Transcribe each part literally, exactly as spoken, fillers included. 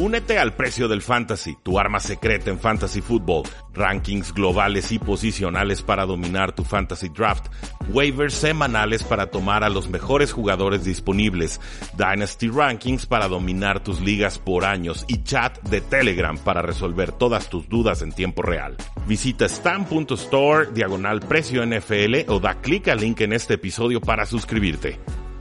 Únete al Precio del Fantasy, tu arma secreta en Fantasy Football. Rankings globales y posicionales para dominar tu Fantasy Draft. Waivers semanales para tomar a los mejores jugadores disponibles. Dynasty Rankings para dominar tus ligas por años. Y chat de Telegram para resolver todas tus dudas en tiempo real. Visita stam punto store, diagonal precio N F L o da clic al link en este episodio para suscribirte.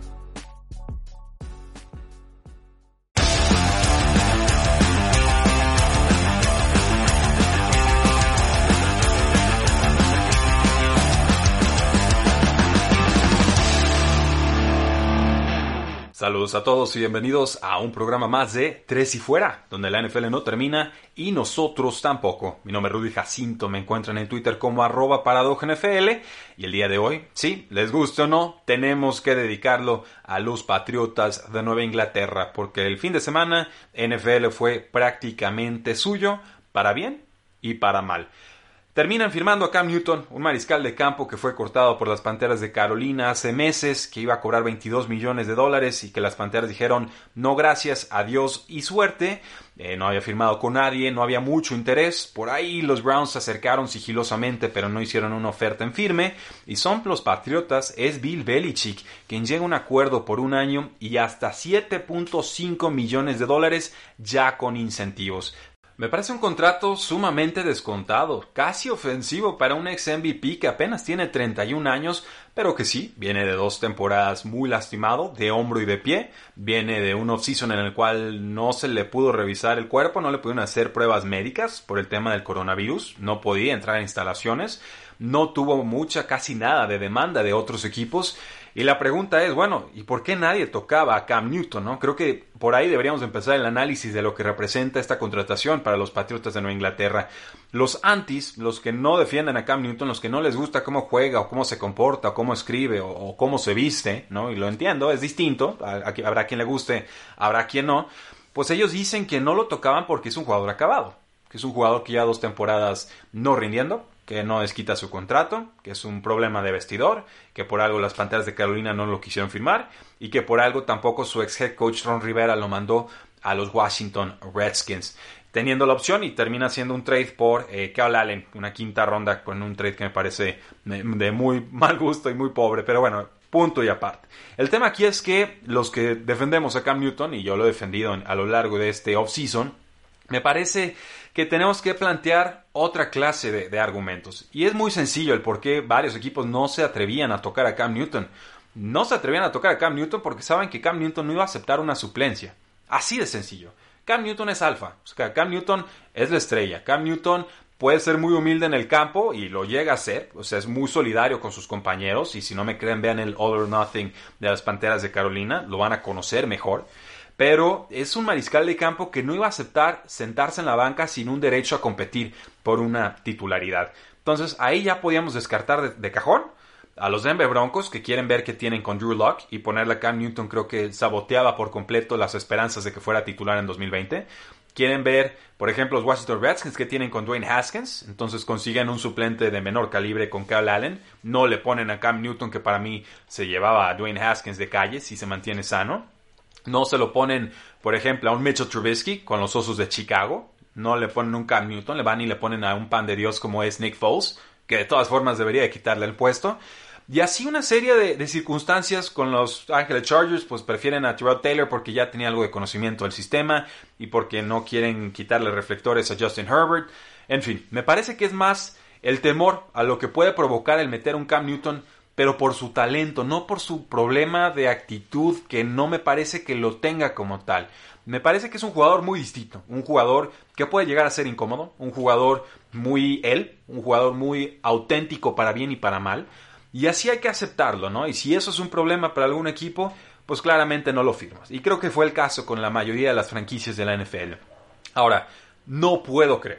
Saludos a todos y bienvenidos a un programa más de Tres y Fuera, donde la N F L no termina y nosotros tampoco. Mi nombre es Rudy Jacinto, me encuentran en Twitter como arroba paradoja N F L y el día de hoy, sí, les guste o no, tenemos que dedicarlo a los Patriotas de Nueva Inglaterra, porque el fin de semana N F L fue prácticamente suyo, para bien y para mal. Terminan firmando a Cam Newton, un mariscal de campo que fue cortado por las Panteras de Carolina hace meses, que iba a cobrar veintidós millones de dólares y que las Panteras dijeron no gracias, adiós y suerte. Eh, no había firmado con nadie, no había mucho interés. Por ahí los Browns se acercaron sigilosamente, pero no hicieron una oferta en firme. Y son los Patriotas, es Bill Belichick quien llega a un acuerdo por un año y hasta siete punto cinco millones de dólares ya con incentivos. Me parece un contrato sumamente descontado, casi ofensivo para un ex M V P que apenas tiene treinta y un años, pero que sí, viene de dos temporadas muy lastimado, de hombro y de pie, viene de un off-season en el cual no se le pudo revisar el cuerpo, no le pudieron hacer pruebas médicas por el tema del coronavirus, no podía entrar a instalaciones, no tuvo mucha, casi nada de demanda de otros equipos. Y la pregunta es, bueno, ¿y por qué nadie tocaba a Cam Newton, no? Creo que por ahí deberíamos empezar el análisis de lo que representa esta contratación para los Patriotas de Nueva Inglaterra. Los antis, los que no defienden a Cam Newton, los que no les gusta cómo juega o cómo se comporta o cómo escribe o, o cómo se viste, ¿no? Y lo entiendo, es distinto, a, a, habrá quien le guste, habrá quien no. Pues ellos dicen que no lo tocaban porque es un jugador acabado, que es un jugador que ya dos temporadas no rindiendo, que no desquita su contrato, que es un problema de vestidor, que por algo las Panteras de Carolina no lo quisieron firmar y que por algo tampoco su ex head coach Ron Rivera lo mandó a los Washington Redskins, teniendo la opción y termina siendo un trade por eh, Kyle Allen, una quinta ronda con un trade que me parece de, de muy mal gusto y muy pobre, pero bueno, punto y aparte. El tema aquí es que los que defendemos a Cam Newton, y yo lo he defendido a lo largo de este off-season, me parece que tenemos que plantear otra clase de, de argumentos. Y es muy sencillo el por qué varios equipos no se atrevían a tocar a Cam Newton. No se atrevían a tocar a Cam Newton porque saben que Cam Newton no iba a aceptar una suplencia. Así de sencillo. Cam Newton es alfa. O sea, Cam Newton es la estrella. Cam Newton puede ser muy humilde en el campo y lo llega a ser. O sea, es muy solidario con sus compañeros. Y si no me creen, vean el All or Nothing de las Panteras de Carolina. Lo van a conocer mejor. Pero es un mariscal de campo que no iba a aceptar sentarse en la banca sin un derecho a competir por una titularidad. Entonces ahí ya podíamos descartar de, de cajón a los Denver Broncos, que quieren ver qué tienen con Drew Lock, y ponerle a Cam Newton creo que saboteaba por completo las esperanzas de que fuera titular en dos mil veinte. Quieren ver, por ejemplo, los Washington Redskins que tienen con Dwayne Haskins, entonces consiguen un suplente de menor calibre con Kyle Allen. No le ponen a Cam Newton, que para mí se llevaba a Dwayne Haskins de calle si se mantiene sano. No se lo ponen, por ejemplo, a un Mitchell Trubisky con los Osos de Chicago. No le ponen un Cam Newton, le van y le ponen a un pan de Dios como es Nick Foles, que de todas formas debería de quitarle el puesto. Y así una serie de, de circunstancias con los Ángeles Chargers, pues prefieren a Tyrod Taylor porque ya tenía algo de conocimiento del sistema y porque no quieren quitarle reflectores a Justin Herbert. En fin, me parece que es más el temor a lo que puede provocar el meter un Cam Newton, pero por su talento, no por su problema de actitud, que no me parece que lo tenga como tal. Me parece que es un jugador muy distinto, un jugador que puede llegar a ser incómodo, un jugador muy él, un jugador muy auténtico para bien y para mal, y así hay que aceptarlo, ¿no? Y si eso es un problema para algún equipo, pues claramente no lo firmas. Y creo que fue el caso con la mayoría de las franquicias de la N F L. Ahora, no puedo creer,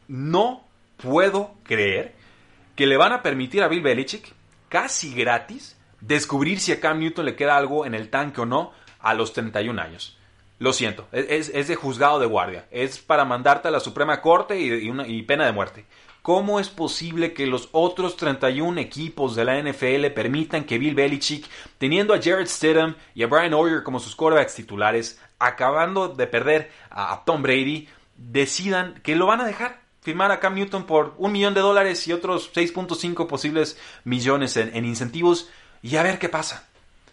no puedo creer que le van a permitir a Bill Belichick casi gratis descubrir si a Cam Newton le queda algo en el tanque o no a los treinta y un años. Lo siento, es, es de juzgado de guardia, es para mandarte a la Suprema Corte y, y, una, y pena de muerte. ¿Cómo es posible que los otros treinta y un equipos de la N F L permitan que Bill Belichick, teniendo a Jarrett Stidham y a Brian Hoyer como sus quarterbacks titulares, acabando de perder a, a Tom Brady, decidan que lo van a dejar firmar a Cam Newton por un millón de dólares y otros seis punto cinco posibles millones en, en incentivos y a ver qué pasa.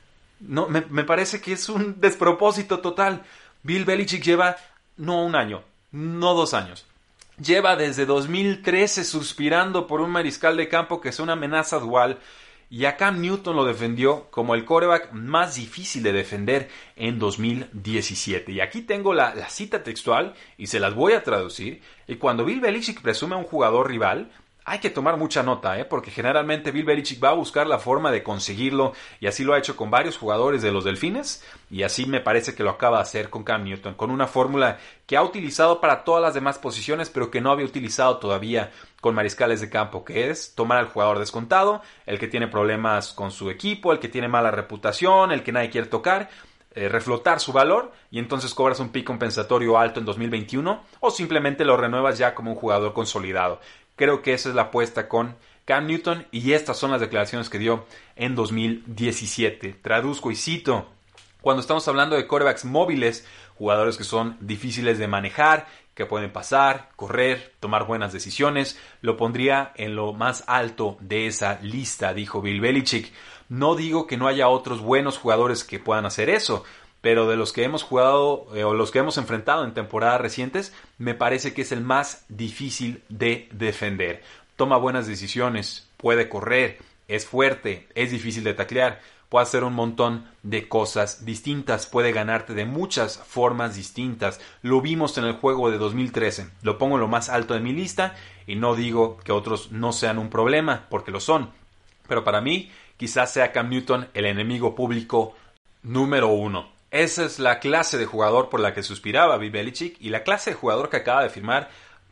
No, me, me parece que es un despropósito total. Bill Belichick lleva no un año, no dos años. Lleva desde dos mil trece suspirando por un mariscal de campo que es una amenaza dual. Y a Cam Newton lo defendió como el quarterback más difícil de defender en dos mil diecisiete. Y aquí tengo la, la cita textual y se las voy a traducir. Y cuando Bill Belichick presume a un jugador rival, hay que tomar mucha nota, ¿eh? Porque generalmente Bill Belichick va a buscar la forma de conseguirlo y así lo ha hecho con varios jugadores de los Delfines y así me parece que lo acaba de hacer con Cam Newton, con una fórmula que ha utilizado para todas las demás posiciones pero que no había utilizado todavía con mariscales de campo, que es tomar al jugador descontado, el que tiene problemas con su equipo, el que tiene mala reputación, el que nadie quiere tocar, eh, reflotar su valor y entonces cobras un pick compensatorio alto en dos mil veintiuno o simplemente lo renuevas ya como un jugador consolidado. Creo que esa es la apuesta con Cam Newton y estas son las declaraciones que dio en dos mil diecisiete. Traduzco y cito: cuando estamos hablando de quarterbacks móviles, jugadores que son difíciles de manejar, que pueden pasar, correr, tomar buenas decisiones, lo pondría en lo más alto de esa lista, dijo Bill Belichick. No digo que no haya otros buenos jugadores que puedan hacer eso, pero de los que hemos jugado eh, o los que hemos enfrentado en temporadas recientes, me parece que es el más difícil de defender. Toma buenas decisiones, puede correr, es fuerte, es difícil de taclear, puede hacer un montón de cosas distintas, puede ganarte de muchas formas distintas. Lo vimos en el juego de dos mil trece, lo pongo en lo más alto de mi lista y no digo que otros no sean un problema, porque lo son. Pero para mí, quizás sea Cam Newton el enemigo público número uno. Esa es la clase de jugador por la que suspiraba Bill Belichick y la clase de jugador que acaba de firmar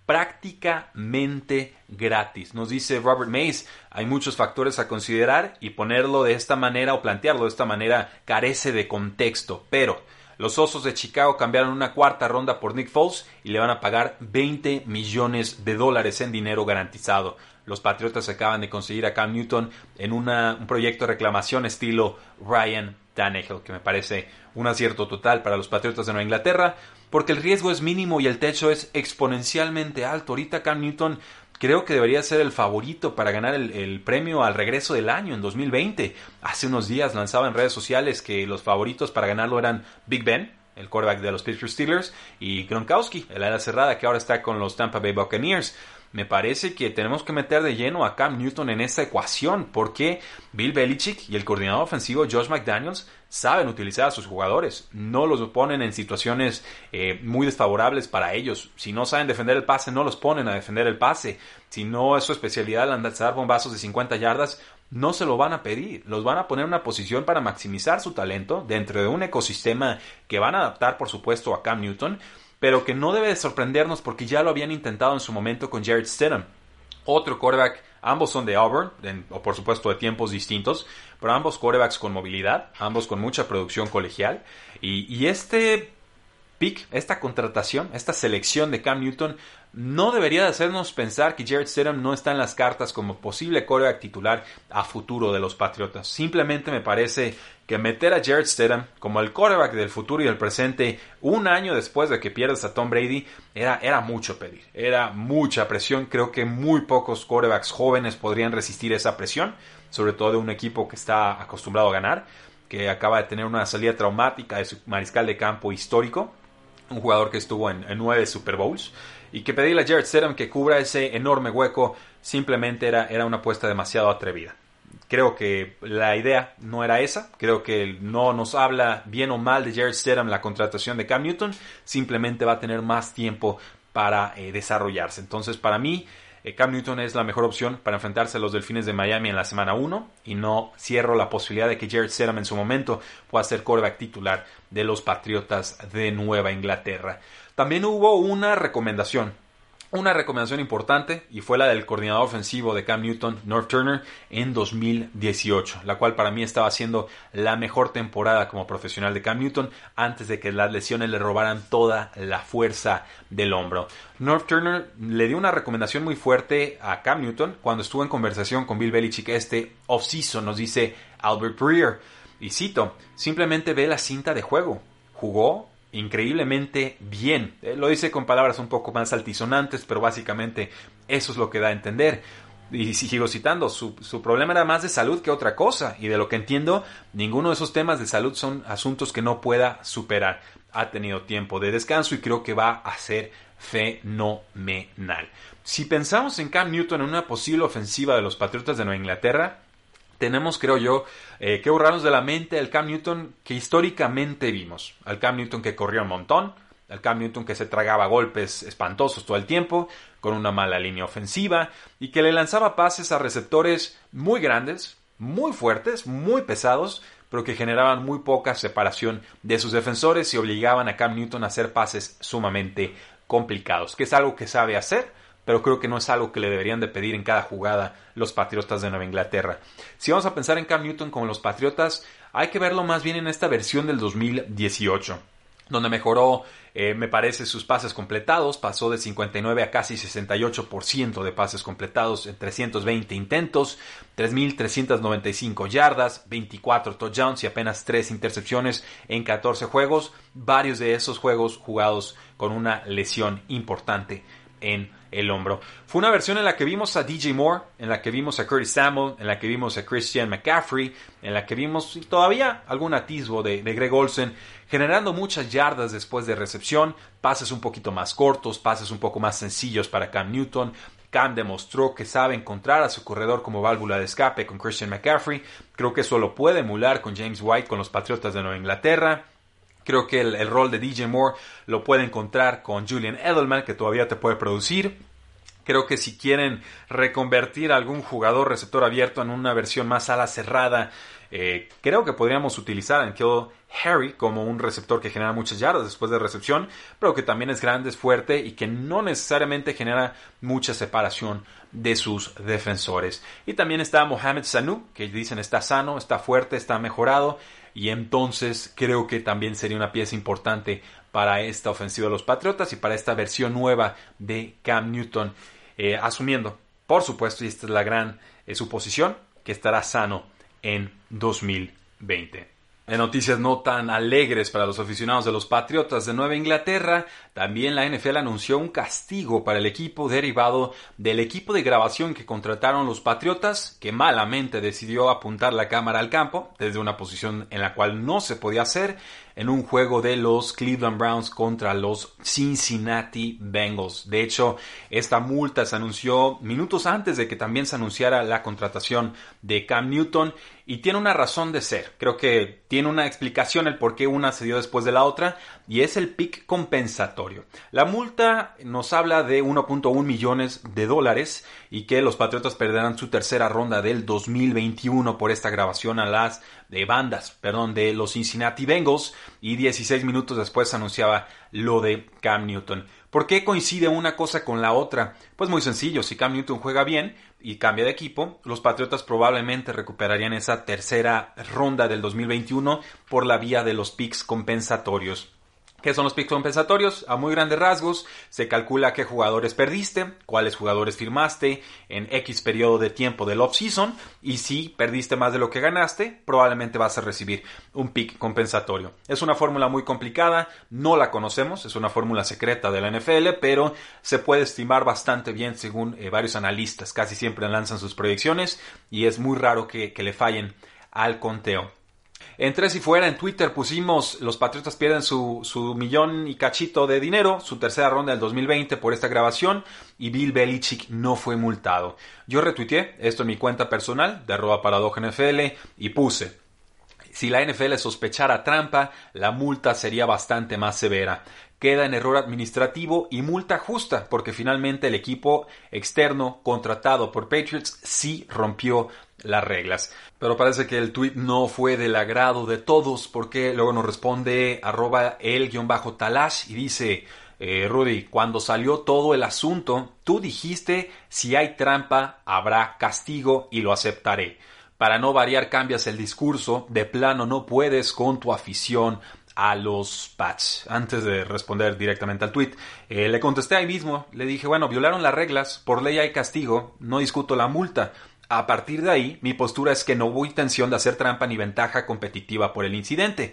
prácticamente gratis. Nos dice Robert Mays, hay muchos factores a considerar y ponerlo de esta manera o plantearlo de esta manera carece de contexto, pero los Osos de Chicago cambiaron una cuarta ronda por Nick Foles y le van a pagar veinte millones de dólares en dinero garantizado. Los Patriotas acaban de conseguir a Cam Newton en una, un proyecto de reclamación estilo Ryan Tannehill, que me parece un acierto total para los Patriotas de Nueva Inglaterra, porque el riesgo es mínimo y el techo es exponencialmente alto. Ahorita Cam Newton creo que debería ser el favorito para ganar el, el premio al regreso del año en dos mil veinte. Hace unos días lanzaba en redes sociales que los favoritos para ganarlo eran Big Ben, el quarterback de los Pittsburgh Steelers, y Gronkowski, el ala cerrada que ahora está con los Tampa Bay Buccaneers. Me parece que tenemos que meter de lleno a Cam Newton en esta ecuación porque Bill Belichick y el coordinador ofensivo Josh McDaniels saben utilizar a sus jugadores. No los ponen en situaciones eh, muy desfavorables para ellos. Si no saben defender el pase, no los ponen a defender el pase. Si no es su especialidad lanzar bombazos de cincuenta yardas, no se lo van a pedir. Los van a poner en una posición para maximizar su talento dentro de un ecosistema que van a adaptar, por supuesto, a Cam Newton, pero que no debe de sorprendernos porque ya lo habían intentado en su momento con Jarrett Stidham. Otro quarterback, ambos son de Auburn, en, o por supuesto de tiempos distintos, pero ambos quarterbacks con movilidad, ambos con mucha producción colegial. Y, y este pick, esta contratación, esta selección de Cam Newton no debería de hacernos pensar que Jarrett Stidham no está en las cartas como posible quarterback titular a futuro de los Patriotas. Simplemente me parece que meter a Jarrett Stidham como el quarterback del futuro y del presente un año después de que pierdas a Tom Brady era, era mucho pedir, era mucha presión. Creo que muy pocos quarterbacks jóvenes podrían resistir esa presión, sobre todo de un equipo que está acostumbrado a ganar, que acaba de tener una salida traumática de su mariscal de campo histórico, un jugador que estuvo en, en nueve Super Bowls, y que pedirle a Jarrett Stidham que cubra ese enorme hueco simplemente era, era una apuesta demasiado atrevida. Creo que la idea no era esa. Creo que no nos habla bien o mal de Jarrett Stidham la contratación de Cam Newton. Simplemente va a tener más tiempo para eh, desarrollarse. Entonces, para mí, eh, Cam Newton es la mejor opción para enfrentarse a los Delfines de Miami en la semana uno. Y no cierro la posibilidad de que Jarrett Stidham en su momento pueda ser quarterback titular de los Patriotas de Nueva Inglaterra. También hubo una recomendación. Una recomendación importante y fue la del coordinador ofensivo de Cam Newton, Norv Turner, en dos mil dieciocho, la cual para mí estaba siendo la mejor temporada como profesional de Cam Newton antes de que las lesiones le robaran toda la fuerza del hombro. Norv Turner le dio una recomendación muy fuerte a Cam Newton cuando estuvo en conversación con Bill Belichick este off-season, nos dice Albert Breer, y cito: simplemente ve la cinta de juego, jugó increíblemente bien. Eh, lo dice con palabras un poco más altisonantes, pero básicamente eso es lo que da a entender. Y sigo citando, su, su problema era más de salud que otra cosa, y de lo que entiendo, ninguno de esos temas de salud son asuntos que no pueda superar. Ha tenido tiempo de descanso y creo que va a ser fenomenal. Si pensamos en Cam Newton en una posible ofensiva de los Patriotas de Nueva Inglaterra, tenemos, creo yo, eh, que borrarnos de la mente al Cam Newton que históricamente vimos. Al Cam Newton que corría un montón, al Cam Newton que se tragaba golpes espantosos todo el tiempo, con una mala línea ofensiva, y que le lanzaba pases a receptores muy grandes, muy fuertes, muy pesados, pero que generaban muy poca separación de sus defensores y obligaban a Cam Newton a hacer pases sumamente complicados, que es algo que sabe hacer, pero creo que no es algo que le deberían de pedir en cada jugada los Patriotas de Nueva Inglaterra. Si vamos a pensar en Cam Newton como los Patriotas, hay que verlo más bien en esta versión del dos mil dieciocho, donde mejoró, eh, me parece, sus pases completados, pasó de cincuenta y nueve a casi sesenta y ocho por ciento de pases completados en trescientos veinte intentos, tres mil trescientas noventa y cinco yardas, veinticuatro touchdowns y apenas tres intercepciones en catorce juegos, varios de esos juegos jugados con una lesión importante en el hombro. Fue una versión en la que vimos a D J Moore, en la que vimos a Curtis Samuel, en la que vimos a Christian McCaffrey, en la que vimos todavía algún atisbo de, de Greg Olsen, generando muchas yardas después de recepción, pases un poquito más cortos, pases un poco más sencillos para Cam Newton. Cam demostró que sabe encontrar a su corredor como válvula de escape con Christian McCaffrey. Creo que eso lo puede emular con James White, con los Patriotas de Nueva Inglaterra. Creo que el, el rol de D J Moore lo puede encontrar con Julian Edelman, que todavía te puede producir. Creo que si quieren reconvertir a algún jugador receptor abierto en una versión más ala cerrada, eh, creo que podríamos utilizar a N'Keal Harry como un receptor que genera muchas yardas después de recepción, pero que también es grande, es fuerte y que no necesariamente genera mucha separación de sus defensores. Y también está Mohamed Sanu, que dicen está sano, está fuerte, está mejorado, y entonces creo que también sería una pieza importante para esta ofensiva de los Patriotas y para esta versión nueva de Cam Newton, eh, asumiendo, por supuesto, y esta es la gran eh, suposición, que estará sano en dos mil veinte. En noticias no tan alegres para los aficionados de los Patriotas de Nueva Inglaterra, también la N F L anunció un castigo para el equipo derivado del equipo de grabación que contrataron los Patriotas, que malamente decidió apuntar la cámara al campo desde una posición en la cual no se podía hacer, en un juego de los Cleveland Browns contra los Cincinnati Bengals. De hecho, esta multa se anunció minutos antes de que también se anunciara la contratación de Cam Newton y tiene una razón de ser. Creo que tiene una explicación el por qué una se dio después de la otra y es el pick compensatorio. La multa nos habla de uno punto uno millones de dólares y que los Patriotas perderán su tercera ronda del dos mil veintiuno por esta grabación a las de bandas, perdón, de los Cincinnati Bengals, y dieciséis minutos después se anunciaba lo de Cam Newton. ¿Por qué coincide una cosa con la otra? Pues muy sencillo, si Cam Newton juega bien y cambia de equipo, los Patriotas probablemente recuperarían esa tercera ronda del dos mil veintiuno por la vía de los picks compensatorios. ¿Qué son los picks compensatorios? A muy grandes rasgos, se calcula qué jugadores perdiste, cuáles jugadores firmaste en X periodo de tiempo del off-season, y si perdiste más de lo que ganaste, probablemente vas a recibir un pick compensatorio. Es una fórmula muy complicada, no la conocemos, es una fórmula secreta de la N F L, pero se puede estimar bastante bien según eh, varios analistas. Casi siempre lanzan sus proyecciones y es muy raro que, que le fallen al conteo. En Tres y Fuera, en Twitter, pusimos los Patriotas pierden su, su millón y cachito de dinero, su tercera ronda del dos mil veinte por esta grabación, y Bill Belichick no fue multado. Yo retuiteé esto en mi cuenta personal de arroba paradoja N F L y puse: si la N F L sospechara trampa, la multa sería bastante más severa. Queda en error administrativo y multa justa, porque finalmente el equipo externo contratado por Patriots sí rompió las reglas. Pero parece que el tweet no fue del agrado de todos, porque luego nos responde arroba el-talash y dice: eh, Rudy, cuando salió todo el asunto, tú dijiste si hay trampa habrá castigo y lo aceptaré. Para no variar cambias el discurso, de plano no puedes con tu afición a los Pats. Antes de responder directamente al tweet, eh, le contesté ahí mismo, le dije, bueno, violaron las reglas, por ley hay castigo, no discuto la multa. A partir de ahí, mi postura es que no hubo intención de hacer trampa ni ventaja competitiva por el incidente.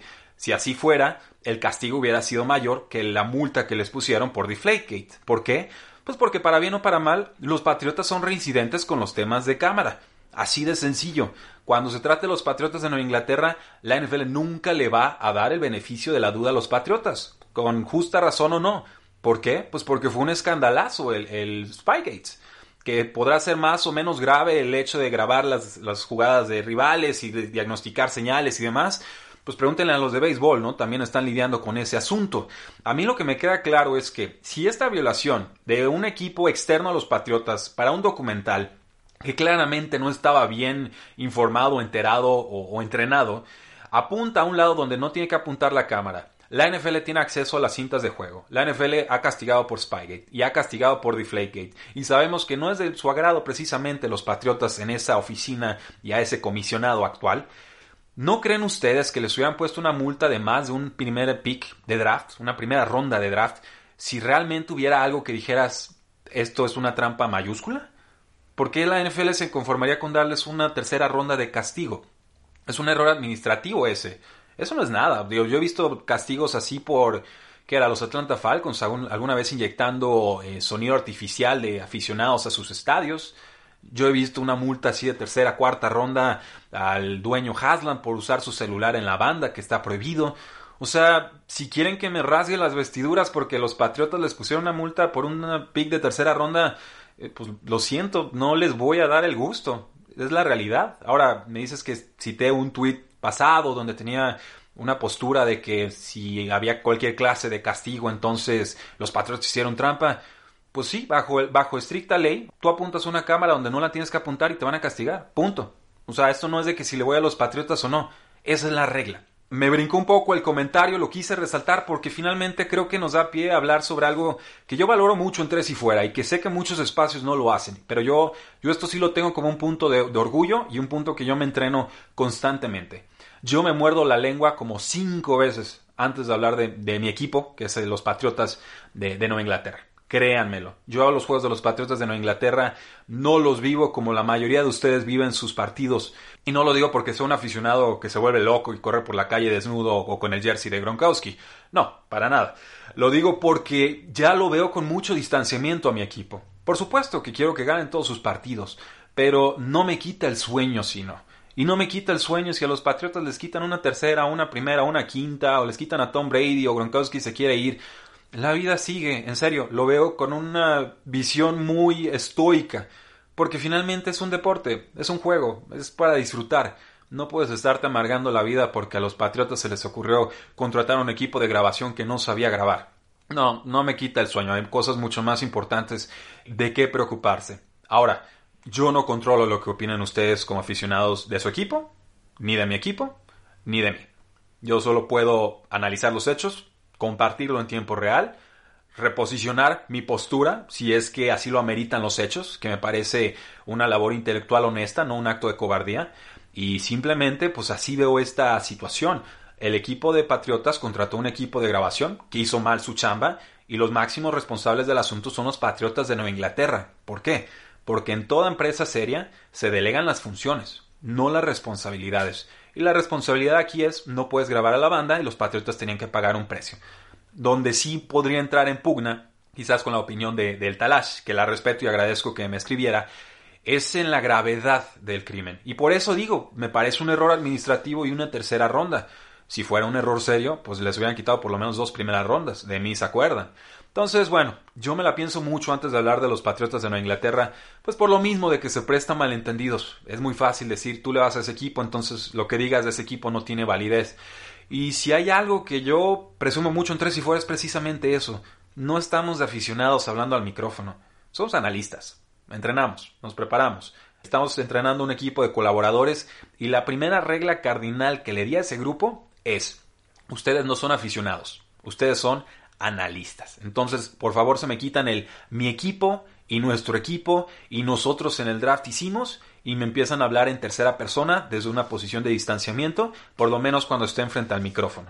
Si así fuera, el castigo hubiera sido mayor que la multa que les pusieron por Deflategate. ¿Por qué? Pues porque para bien o para mal, los Patriotas son reincidentes con los temas de cámara. Así de sencillo. Cuando se trate de los Patriotas de Nueva Inglaterra, la N F L nunca le va a dar el beneficio de la duda a los Patriotas, con justa razón o no. ¿Por qué? Pues porque fue un escandalazo el, el Spygate, que podrá ser más o menos grave el hecho de grabar las, las jugadas de rivales y de diagnosticar señales y demás. Pues pregúntenle a los de béisbol, ¿no? También están lidiando con ese asunto. A mí lo que me queda claro es que si esta violación de un equipo externo a los Patriotas para un documental que claramente no estaba bien informado, enterado o, o entrenado, apunta a un lado donde no tiene que apuntar la cámara. La N F L tiene acceso a las cintas de juego. La N F L ha castigado por Spygate y ha castigado por Deflategate. Y sabemos que no es de su agrado precisamente los Patriotas en esa oficina y a ese comisionado actual. ¿No creen ustedes que les hubieran puesto una multa de más de un primer pick de draft, una primera ronda de draft, si realmente hubiera algo que dijeras, esto es una trampa mayúscula? ¿Por qué la N F L se conformaría con darles una tercera ronda de castigo? Es un error administrativo ese. Eso no es nada. Yo he visto castigos así por, ¿qué era? Los Atlanta Falcons alguna vez inyectando eh, sonido artificial de aficionados a sus estadios. Yo he visto una multa así de tercera, cuarta ronda al dueño Haslam por usar su celular en la banda, que está prohibido. O sea, si quieren que me rasgue las vestiduras porque los Patriotas les pusieron una multa por una pick de tercera ronda, eh, pues lo siento, no les voy a dar el gusto. Es la realidad. Ahora, me dices que cité un tuit pasado donde tenía una postura de que si había cualquier clase de castigo, entonces los Patriotas hicieron trampa. Pues sí, bajo, el, bajo estricta ley, tú apuntas una cámara donde no la tienes que apuntar y te van a castigar. Punto. O sea, esto no es de que si le voy a los Patriotas o no. Esa es la regla. Me brincó un poco el comentario, lo quise resaltar porque finalmente creo que nos da pie a hablar sobre algo que yo valoro mucho en Tres y Fuera y que sé que muchos espacios no lo hacen. Pero yo, yo esto sí lo tengo como un punto de, de orgullo y un punto que yo me entreno constantemente. Yo me muerdo la lengua como cinco veces antes de hablar de, de mi equipo, que es los Patriotas de, de Nueva Inglaterra. Créanmelo, yo a los juegos de los Patriotas de Nueva Inglaterra no los vivo como la mayoría de ustedes viven sus partidos. Y no lo digo porque soy un aficionado que se vuelve loco y corre por la calle desnudo o con el jersey de Gronkowski. No, para nada. Lo digo porque ya lo veo con mucho distanciamiento a mi equipo. Por supuesto que quiero que ganen todos sus partidos, pero no me quita el sueño si no. Y no me quita el sueño si a los Patriotas les quitan una tercera, una primera, una quinta, o les quitan a Tom Brady o Gronkowski se quiere ir. La vida sigue, en serio, lo veo con una visión muy estoica, porque finalmente es un deporte, es un juego, es para disfrutar. No puedes estarte amargando la vida porque a los Patriotas se les ocurrió contratar un equipo de grabación que no sabía grabar. No, no me quita el sueño, hay cosas mucho más importantes de qué preocuparse. Ahora, yo no controlo lo que opinan ustedes como aficionados de su equipo, ni de mi equipo, ni de mí. Yo solo puedo analizar los hechos, compartirlo en tiempo real, reposicionar mi postura, si es que así lo ameritan los hechos, que me parece una labor intelectual honesta, no un acto de cobardía, y simplemente pues así veo esta situación. El equipo de Patriotas contrató un equipo de grabación que hizo mal su chamba, y los máximos responsables del asunto son los Patriotas de Nueva Inglaterra. ¿Por qué? Porque en toda empresa seria se delegan las funciones, no las responsabilidades. Y la responsabilidad aquí es, no puedes grabar a la banda y los Patriotas tenían que pagar un precio. Donde sí podría entrar en pugna, quizás con la opinión de, del Talash, que la respeto y agradezco que me escribiera, es en la gravedad del crimen. Y por eso digo, me parece un error administrativo y una tercera ronda. Si fuera un error serio, pues les hubieran quitado por lo menos dos primeras rondas, de mí se acuerdan. Entonces, bueno, yo me la pienso mucho antes de hablar de los Patriotas de Nueva Inglaterra, pues por lo mismo de que se prestan malentendidos. Es muy fácil decir, tú le vas a ese equipo, entonces lo que digas de ese equipo no tiene validez. Y si hay algo que yo presumo mucho en Tres y Fuera es precisamente eso. No estamos de aficionados hablando al micrófono. Somos analistas. Entrenamos, nos preparamos. Estamos entrenando un equipo de colaboradores y la primera regla cardinal que le di a ese grupo es, ustedes no son aficionados, ustedes son analistas. Entonces, por favor, se me quitan el mi equipo y nuestro equipo y nosotros en el draft hicimos y me empiezan a hablar en tercera persona desde una posición de distanciamiento, por lo menos cuando estén frente al micrófono.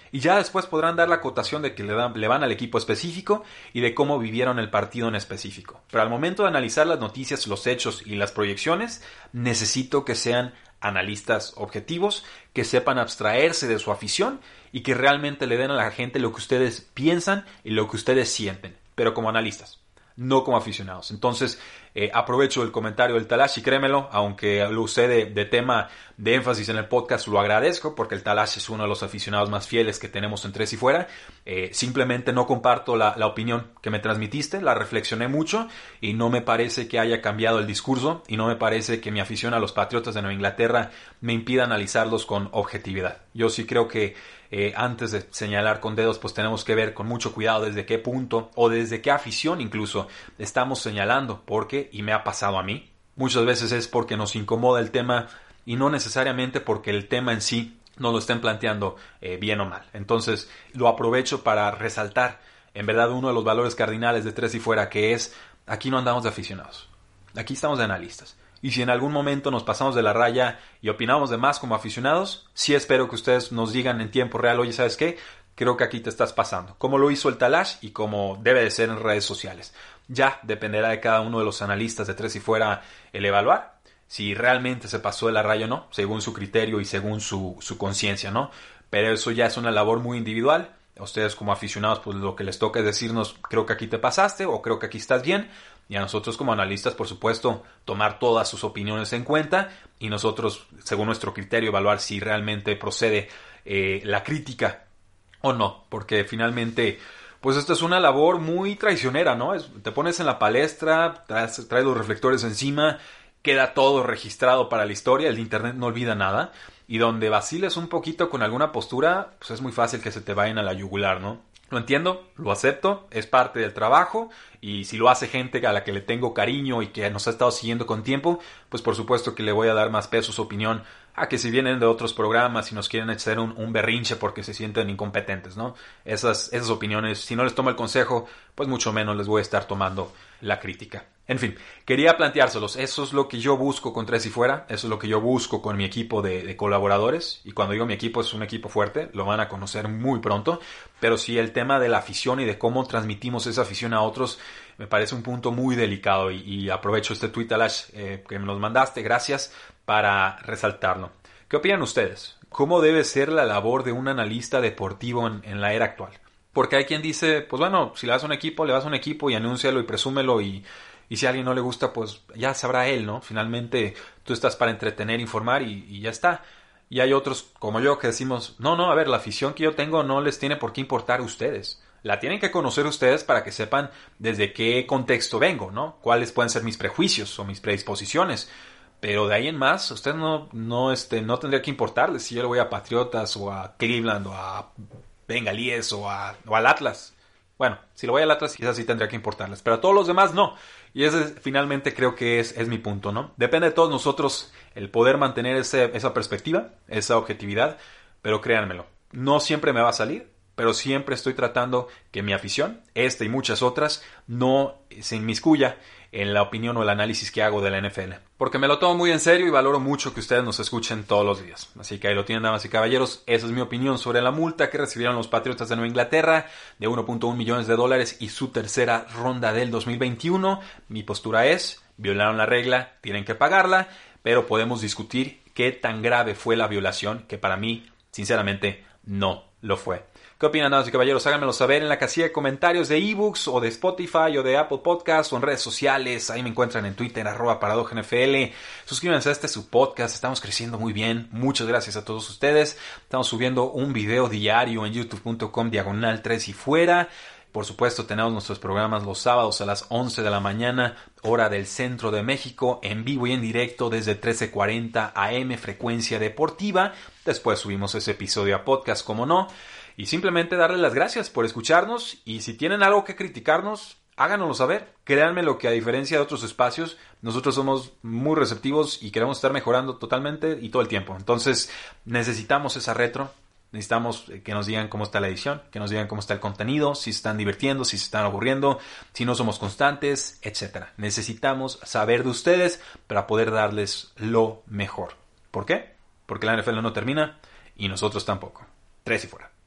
Y ya después podrán dar la acotación de que le, dan, le van al equipo específico y de cómo vivieron el partido en específico. Pero al momento de analizar las noticias, los hechos y las proyecciones, necesito que sean analistas objetivos, que sepan abstraerse de su afición y que realmente le den a la gente lo que ustedes piensan y lo que ustedes sienten, pero como analistas, no como aficionados. Entonces, eh, aprovecho el comentario del Talash y créemelo, aunque lo usé de, de tema de énfasis en el podcast, lo agradezco porque el Talash es uno de los aficionados más fieles que tenemos en Tres y Fuera. Eh, simplemente no comparto la, la opinión que me transmitiste, la reflexioné mucho y no me parece que haya cambiado el discurso y no me parece que mi afición a los Patriotas de Nueva Inglaterra me impida analizarlos con objetividad. Yo sí creo que Eh, antes de señalar con dedos, pues tenemos que ver con mucho cuidado desde qué punto o desde qué afición incluso estamos señalando, porque, y me ha pasado a mí, muchas veces es porque nos incomoda el tema y no necesariamente porque el tema en sí nos lo estén planteando eh, bien o mal. Entonces lo aprovecho para resaltar en verdad uno de los valores cardinales de Tres y Fuera, que es: aquí no andamos de aficionados, aquí estamos de analistas. Y si en algún momento nos pasamos de la raya y opinamos de más como aficionados, sí espero que ustedes nos digan en tiempo real: oye, ¿sabes qué? Creo que aquí te estás pasando. Como lo hizo el Talash y como debe de ser en redes sociales. Ya dependerá de cada uno de los analistas de Tres y Fuera el evaluar si realmente se pasó de la raya o no, según su criterio y según su, su conciencia, ¿no? Pero eso ya es una labor muy individual. A ustedes como aficionados, pues lo que les toca es decirnos: creo que aquí te pasaste o creo que aquí estás bien. Y a nosotros como analistas, por supuesto, tomar todas sus opiniones en cuenta y nosotros, según nuestro criterio, evaluar si realmente procede eh, la crítica o no. Porque finalmente, pues esto es una labor muy traicionera, ¿no? Es, te pones en la palestra, traes, traes los reflectores encima, queda todo registrado para la historia, el internet no olvida nada. Y donde vaciles un poquito con alguna postura, pues es muy fácil que se te vayan a la yugular, ¿no? Lo entiendo, lo acepto, es parte del trabajo y si lo hace gente a la que le tengo cariño y que nos ha estado siguiendo con tiempo, pues por supuesto que le voy a dar más peso a su opinión a que si vienen de otros programas y nos quieren hacer un, un berrinche porque se sienten incompetentes, ¿no? Esas, esas opiniones, si no les tomo el consejo, pues mucho menos les voy a estar tomando la crítica. En fin, quería planteárselos. Eso es lo que yo busco con Tres y Fuera. Eso es lo que yo busco con mi equipo de, de colaboradores. Y cuando digo mi equipo, es un equipo fuerte. Lo van a conocer muy pronto. Pero sí, el tema de la afición y de cómo transmitimos esa afición a otros me parece un punto muy delicado. Y, y aprovecho este tweet, Talash, eh, que me los mandaste. Gracias, para resaltarlo. ¿Qué opinan ustedes? ¿Cómo debe ser la labor de un analista deportivo en, en la era actual? Porque hay quien dice, pues bueno, si le vas a un equipo, le vas a un equipo y anúncialo y presúmelo y... Y si a alguien no le gusta, pues ya sabrá él, ¿no? Finalmente tú estás para entretener, informar y, y ya está. Y hay otros como yo que decimos, no, no, a ver, la afición que yo tengo no les tiene por qué importar a ustedes. La tienen que conocer ustedes para que sepan desde qué contexto vengo, ¿no? Cuáles pueden ser mis prejuicios o mis predisposiciones. Pero de ahí en más, ustedes no, no, este, no tendría que importarles si yo le voy a Patriotas o a Cleveland o a Bengalíes o, a, o al Atlas. Bueno, si lo voy al Atlas, quizás sí tendría que importarles, pero a todos los demás no. Y ese finalmente creo que es, es mi punto, ¿no? Depende de todos nosotros el poder mantener ese, esa perspectiva, esa objetividad, pero créanmelo, no siempre me va a salir, pero siempre estoy tratando que mi afición, esta y muchas otras, no se inmiscuya en la opinión o el análisis que hago de la N F L. Porque me lo tomo muy en serio y valoro mucho que ustedes nos escuchen todos los días. Así que ahí lo tienen, damas y caballeros. Esa es mi opinión sobre la multa que recibieron los Patriotas de Nueva Inglaterra de uno punto uno millones de dólares y su tercera ronda del dos mil veintiuno. Mi postura es, violaron la regla, tienen que pagarla, pero podemos discutir qué tan grave fue la violación, que para mí, sinceramente, no lo fue. ¿Qué opinan, damas y caballeros? Háganmelo saber en la casilla de comentarios de ebooks o de Spotify o de Apple Podcasts o en redes sociales. Ahí me encuentran en Twitter, arroba ParadojaNFL. Suscríbanse a este su podcast. Estamos creciendo muy bien. Muchas gracias a todos ustedes. Estamos subiendo un video diario en youtube punto com diagonal tres y fuera. Por supuesto, tenemos nuestros programas los sábados a las once de la mañana, hora del centro de México, en vivo y en directo desde trece cuarenta A M, frecuencia deportiva. Después subimos ese episodio a podcast, como no. Y simplemente darles las gracias por escucharnos. Y si tienen algo que criticarnos, háganoslo saber. Créanme lo que a diferencia de otros espacios, nosotros somos muy receptivos y queremos estar mejorando totalmente y todo el tiempo. Entonces necesitamos esa retro. Necesitamos que nos digan cómo está la edición, que nos digan cómo está el contenido, si se están divirtiendo, si se están aburriendo, si no somos constantes, etcétera. Necesitamos saber de ustedes para poder darles lo mejor. ¿Por qué? Porque la N F L no termina y nosotros tampoco. Tres y fuera.